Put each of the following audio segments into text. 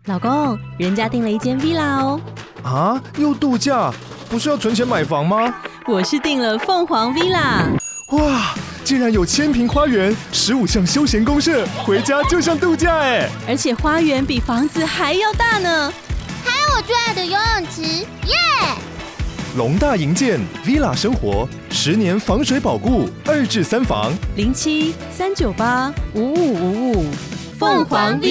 老公，人家订了一间 villa 哦。 啊，又度假？不是要存钱买房吗？ 我是订了凤凰 villa。 哇，竟然有1000坪花园，15项休闲公社，回家就像度假哎！ 而且花园比房子还要大呢。 还有我最爱的游泳池，耶！ 龙大营建 villa 生活，10年防水保固，2至3房 07-398-5555，凤凰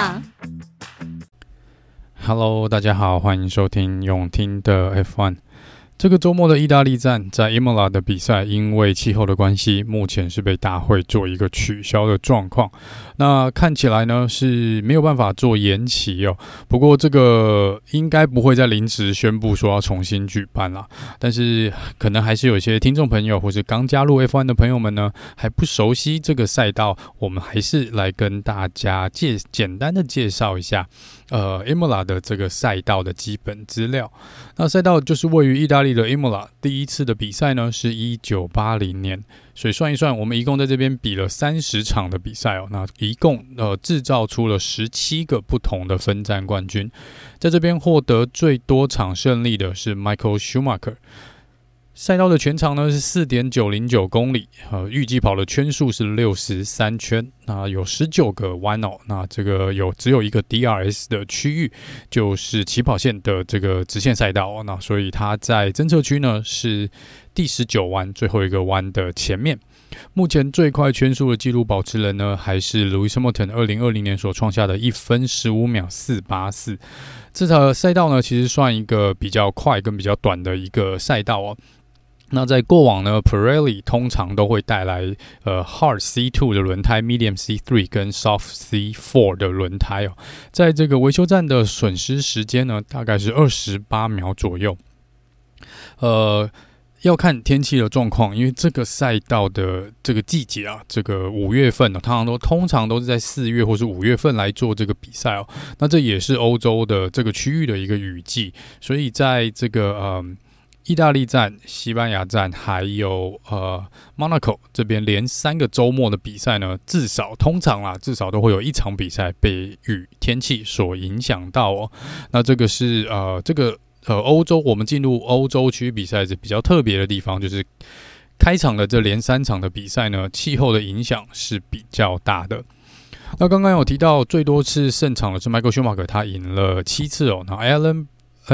villa。Hello， 大家好，欢迎收听永听的 F1。这个周末的意大利站在 Imola 的比赛，因为气候的关系，目前是被大会做一个取消的状况。那看起来呢是没有办法做延期哦。不过这个应该不会再临时宣布说要重新举办啦。但是可能还是有一些听众朋友或是刚加入 F1 的朋友们呢，还不熟悉这个赛道，我们还是来跟大家简单的介绍一下Imola 的这个赛道的基本资料。那赛道就是位于意大利的 Imola， 第一次的比赛呢是1980年，所以算一算，我们一共在这边比了30场的比赛哦。那一共制造出了17个不同的分站冠军，在这边获得最多场胜利的是 Michael Schumacher。赛道的全长呢是 4.909 公里，预计跑的圈数是63圈，那有19个弯哦，那这个只有一个 DRS 的区域，就是起跑线的这个直线赛道哦，那所以它在侦测区呢是第19弯最后一个弯的前面。目前最快圈数的纪录保持人呢，还是 Lewis Hamilton 2020年所创下的1分15秒484。这条赛道呢，其实算一个比较快跟比较短的一个赛道哦。那在过往呢 Pirelli 通常都会带来Hard C2 的轮胎 Medium C3 跟 Soft C4 的轮胎哦，在这个维修站的损失时间呢，大概是28秒左右。要看天气的状况，因为这个赛道的这个季节啊，这个5月份呢，通常都是在4月或是5月份来做这个比赛哦。那这也是欧洲的这个区域的一个雨季，所以在这个意大利站、西班牙站还有Monaco 这边连3个周末的比赛呢，通常都会有一场比赛被雨天气所影响到哦。那这个是欧洲，我们进入欧洲区比赛是比较特别的地方，就是开场的这连3场的比赛呢，气候的影响是比较大的。那刚刚有提到最多次胜场的是 Michael Schumacher， 他赢了7次哦。那 Alan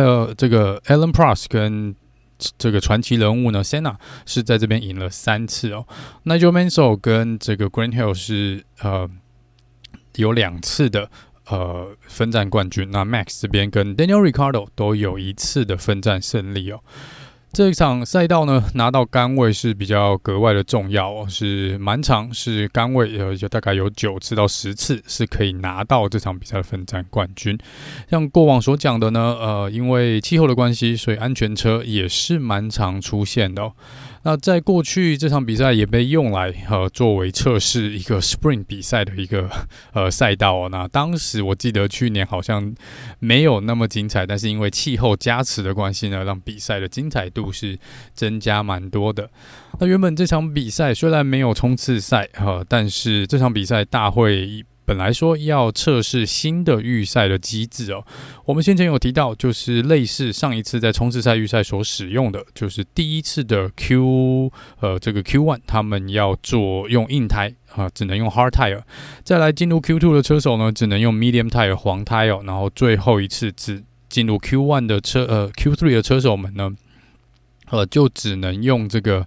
Prost 跟这个传奇人物呢 Senna 是在这边赢了3次哦。Nigel Mansell 跟这个 Grant Hill 是有2次的分站冠军，那 Max 这边跟 Daniel Ricciardo 都有1次的分站胜利哦。这一场赛道呢，拿到杆位是比较格外的重要哦，是蛮长，是杆位大概有9次到10次是可以拿到这场比赛的分站冠军。像过往所讲的呢，因为气候的关系，所以安全车也是蛮常出现的哦。那在过去这场比赛也被用来作为测试一个 Sprint 比赛的一个赛道哦。那当时我记得去年好像没有那么精彩，但是因为气候加持的关系呢，让比赛的精彩度是增加蛮多的。那原本这场比赛虽然没有冲刺赛但是这场比赛大会本来说要测试新的预赛的机制哦。我们先前有提到，就是类似上一次在冲刺赛预赛所使用的，就是第一次的这个 Q1 他们要用硬胎只能用 hard tire， 再来进入 Q2 的车手呢，只能用 medium tire 黄胎哦，然后最后一次只进入 Q1 的Q3 的车手们呢，就只能用这个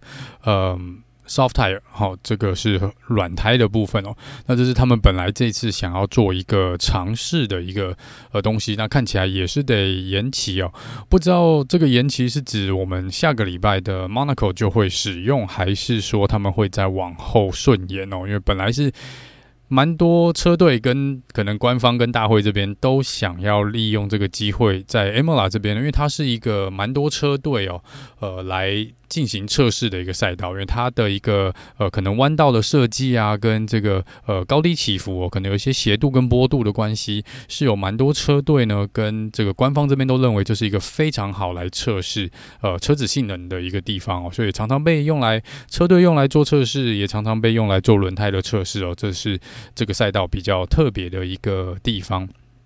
soft tire， 这个是软胎的部分哦。那这是他们本来这次想要做一个尝试的一个东西，那看起来也是得延期哦。不知道这个延期是指我们下个礼拜的 Monaco 就会使用，还是说他们会再往后顺延哦？因为本来是蛮多车队跟可能官方跟大会这边都想要利用这个机会，在 Imola 这边，因为它是一个蛮多车队来进行测试的一个赛道，因为它的一个可能弯道的设计啊，跟这个高低起伏可能有一些斜度跟坡度的关系，是有蛮多车队呢跟这个官方这边都认为这是一个非常好来测试车子性能的一个地方哦，所以常常被车队用来做测试，也常常被用来做轮胎的测试哦，这是这个赛道比较特别的一个地方。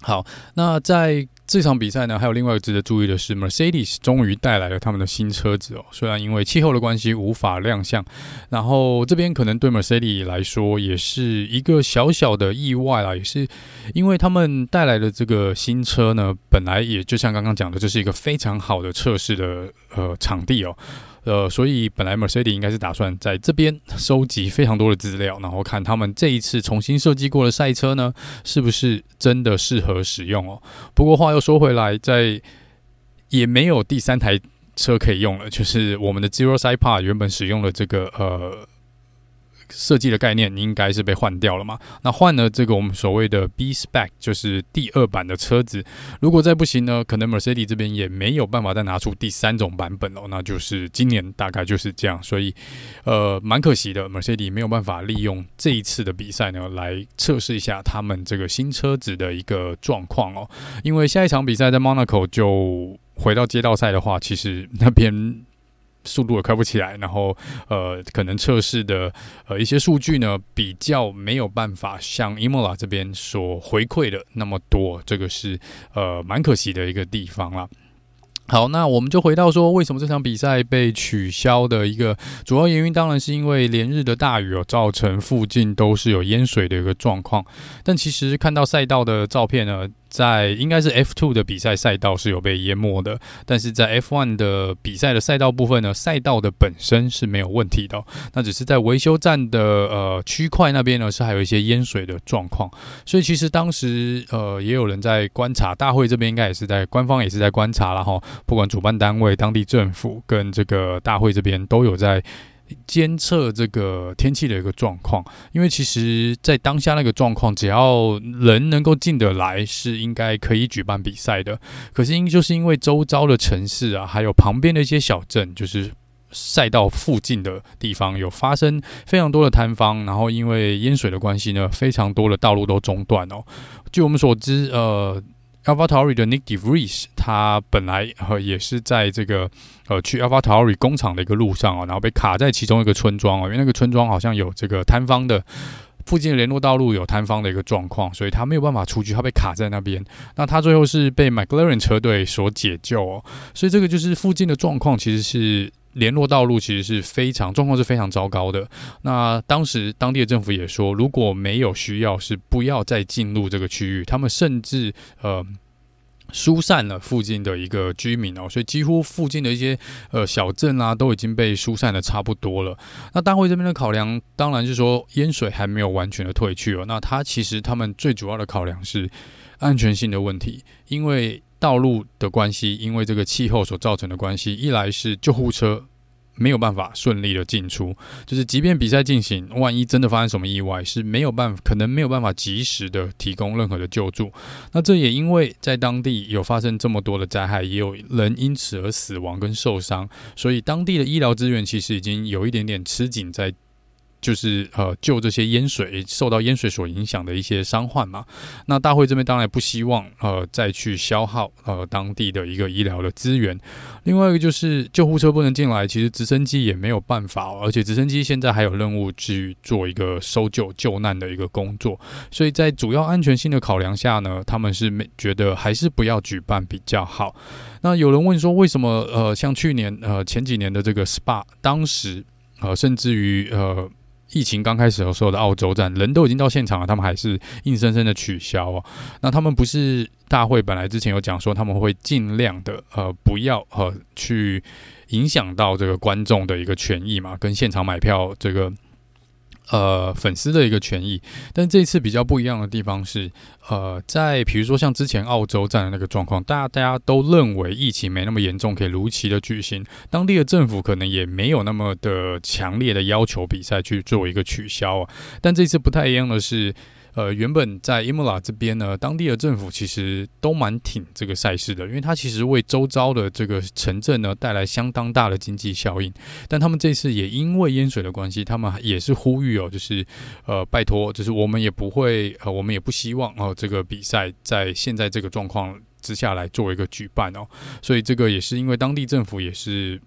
好，那在这场比赛呢，还有另外一个值得注意的是 ，Mercedes 终于带来了他们的新车子哦。虽然因为气候的关系无法亮相，然后这边可能对 Mercedes 来说也是一个小小的意外啦，也是因为他们带来的这个新车呢，本来也就像刚刚讲的，这是一个非常好的测试的场地哦。所以本来 Mercedes 应该是打算在这边收集非常多的资料，然后看他们这一次重新设计过的赛车呢，是不是真的适合使用哦。不过话又说回来，也没有第三台车可以用了，就是我们的 Zero Side Pod 原本使用的这个设计的概念应该是被换掉了嘛？那换了这个我们所谓的 B Spec， 就是第二版的车子。如果再不行呢，可能 Mercedes 这边也没有办法再拿出第三种版本哦。那就是今年大概就是这样，所以蛮可惜的 ，Mercedes 没有办法利用这一次的比赛呢来测试一下他们这个新车子的一个状况哦。因为下一场比赛在 Monaco 就回到街道赛的话，其实那边速度也开不起来，然后可能测试的一些数据呢，比较没有办法像 Imola 这边所回馈的那么多，这个是蛮可惜的一个地方啦。好，那我们就回到说，为什么这场比赛被取消的一个主要原因，当然是因为连日的大雨造成附近都是有淹水的一个状况。但其实看到赛道的照片呢，在应该是 F2 的比赛赛道是有被淹没的，但是在 F1 的比赛的赛道部分呢，赛道的本身是没有问题的那只是在维修站的区块那边呢，是还有一些淹水的状况。所以其实当时也有人在观察，大会这边应该也是在官方也是在观察啦齁，不管主办单位、当地政府跟这个大会这边都有在监测这个天气的一个状况，因为其实在当下那个状况，只要人能够进得来，是应该可以举办比赛的。可是就是因为周遭的城市啊，还有旁边的一些小镇，就是赛道附近的地方有发生非常多的塌方，然后因为淹水的关系呢，非常多的道路都中断哦。据我们所知AlphaTauri 的 Nick De Vries 他本来也是在这个去 AlphaTauri 工厂的一个路上然后被卡在其中一个村庄因为那个村庄好像有这个塌方的，附近的联络道路有塌方的一个状况，所以他没有办法出去，他被卡在那边。那他最后是被 McLaren 车队所解救所以这个就是附近的状况，其实是联络道路其实是状况是非常糟糕的。那当时当地的政府也说，如果没有需要，是不要再进入这个区域。他们甚至疏散了附近的一个居民所以几乎附近的一些小镇啊都已经被疏散的差不多了。那大会这边的考量，当然是说淹水还没有完全的退去那其实他们最主要的考量是安全性的问题，因为道路的关系，因为这个气候所造成的关系，一来是救护车没有办法顺利的进出，就是即便比赛进行，万一真的发生什么意外，是可能没有办法及时的提供任何的救助。那这也因为在当地有发生这么多的灾害，也有人因此而死亡跟受伤，所以当地的医疗资源其实已经有一点点吃紧在就是救这些受到淹水所影响的一些伤患嘛。那大会这边当然不希望再去消耗当地的一个医疗的资源。另外一个就是救护车不能进来，其实直升机也没有办法而且直升机现在还有任务去做一个搜救救难的一个工作。所以在主要安全性的考量下呢，他们是觉得还是不要举办比较好。那有人问说，为什么像去年前几年的这个 SPA， 当时甚至于疫情刚开始的时候的澳洲站，人都已经到现场了，他们还是硬生生的取消那他们不是大会本来之前有讲说他们会尽量的不要去影响到这个观众的一个权益嘛，跟现场买票这个粉丝的一个权益。但这一次比较不一样的地方是在比如说像之前澳洲站的那个状况，大家都认为疫情没那么严重，可以如期的举行，当地的政府可能也没有那么的强烈的要求比赛去做一个取消但这次不太一样的是原本在 Imola 这边呢，当地的政府其实都蛮挺这个赛事的，因为它其实为周遭的这个城镇呢带来相当大的经济效应。但他们这次也因为淹水的关系，他们也是呼吁就是拜托，就是我们也不希望这个比赛在现在这个状况之下来做一个举办所以这个也是因为当地政府也是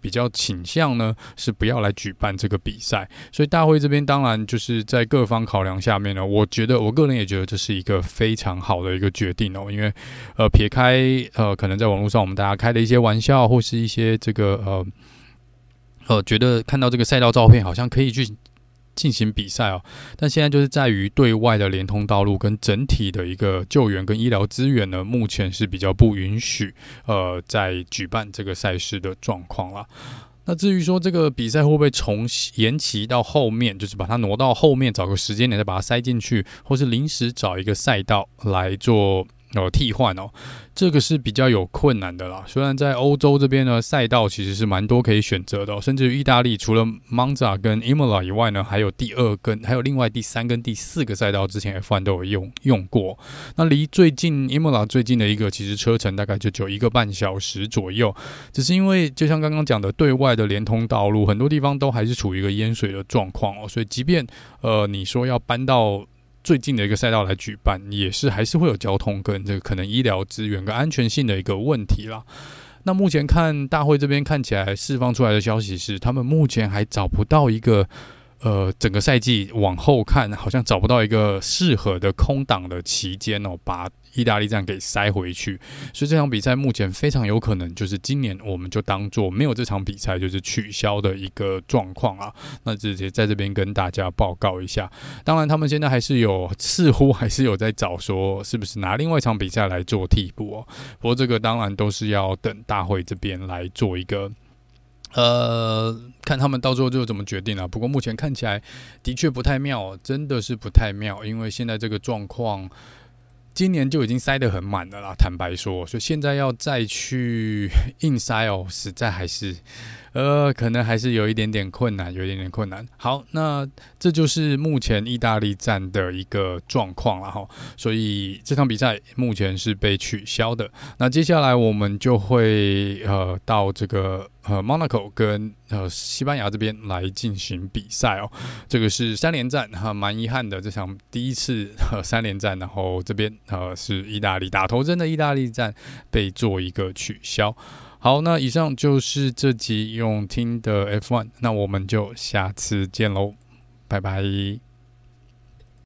比较倾向呢是不要来举办这个比赛。所以大会这边当然就是在各方考量下面呢，我个人也觉得这是一个非常好的一个决定哦，因为撇开可能在网络上我们大家开的一些玩笑，或是一些这个觉得看到这个赛道照片好像可以去进行比赛哦，但现在就是在于对外的连通道路跟整体的一个救援跟医疗资源呢，目前是比较不允许在举办这个赛事的状况啦。那至于说这个比赛会不会延期到后面，就是把它挪到后面，找个时间点再把它塞进去，或是临时找一个赛道来做替换哦，这个是比较有困难的啦。虽然在欧洲这边呢，赛道其实是蛮多可以选择的哦，甚至于意大利除了 Monza 跟 Imola 以外呢，还有还有另外第3跟第4个赛道，之前 F1 都有用过。那离最近 Imola 最近的一个，其实车程大概就只有1个半小时左右。只是因为就像刚刚讲的，对外的连通道路很多地方都还是处于一个淹水的状况哦，所以即便你说要搬到最近的一个赛道来举办，也是还是会有交通跟这个可能医疗资源跟安全性的一个问题啦。那目前看大会这边看起来释放出来的消息是，他们目前还找不到一个整个赛季往后看，好像找不到一个适合的空档的期间哦，把意大利站给塞回去。所以这场比赛目前非常有可能就是今年我们就当做没有这场比赛，就是取消的一个状况啊。那直接在这边跟大家报告一下。当然他们现在似乎还是有在找说是不是拿另外一场比赛来做替补哦。不过这个当然都是要等大会这边来做一个看他们到时候就怎么决定了。不过目前看起来的确不太妙，真的是不太妙，因为现在这个状况今年就已经塞得很满了啦，坦白说，所以现在要再去硬塞哦，实在还是可能还是有一点点困难，好，那这就是目前意大利站的一个状况啦齁，所以这场比赛目前是被取消的。那接下来我们就会到这个Monaco 跟西班牙这边来进行比赛哦。这个是3连战蛮遗憾的，这场第一次3连战，然后这边是意大利打头阵的意大利站被做一个取消。好，那以上就是这集用听的 F1， 那我们就下次见喽，拜拜。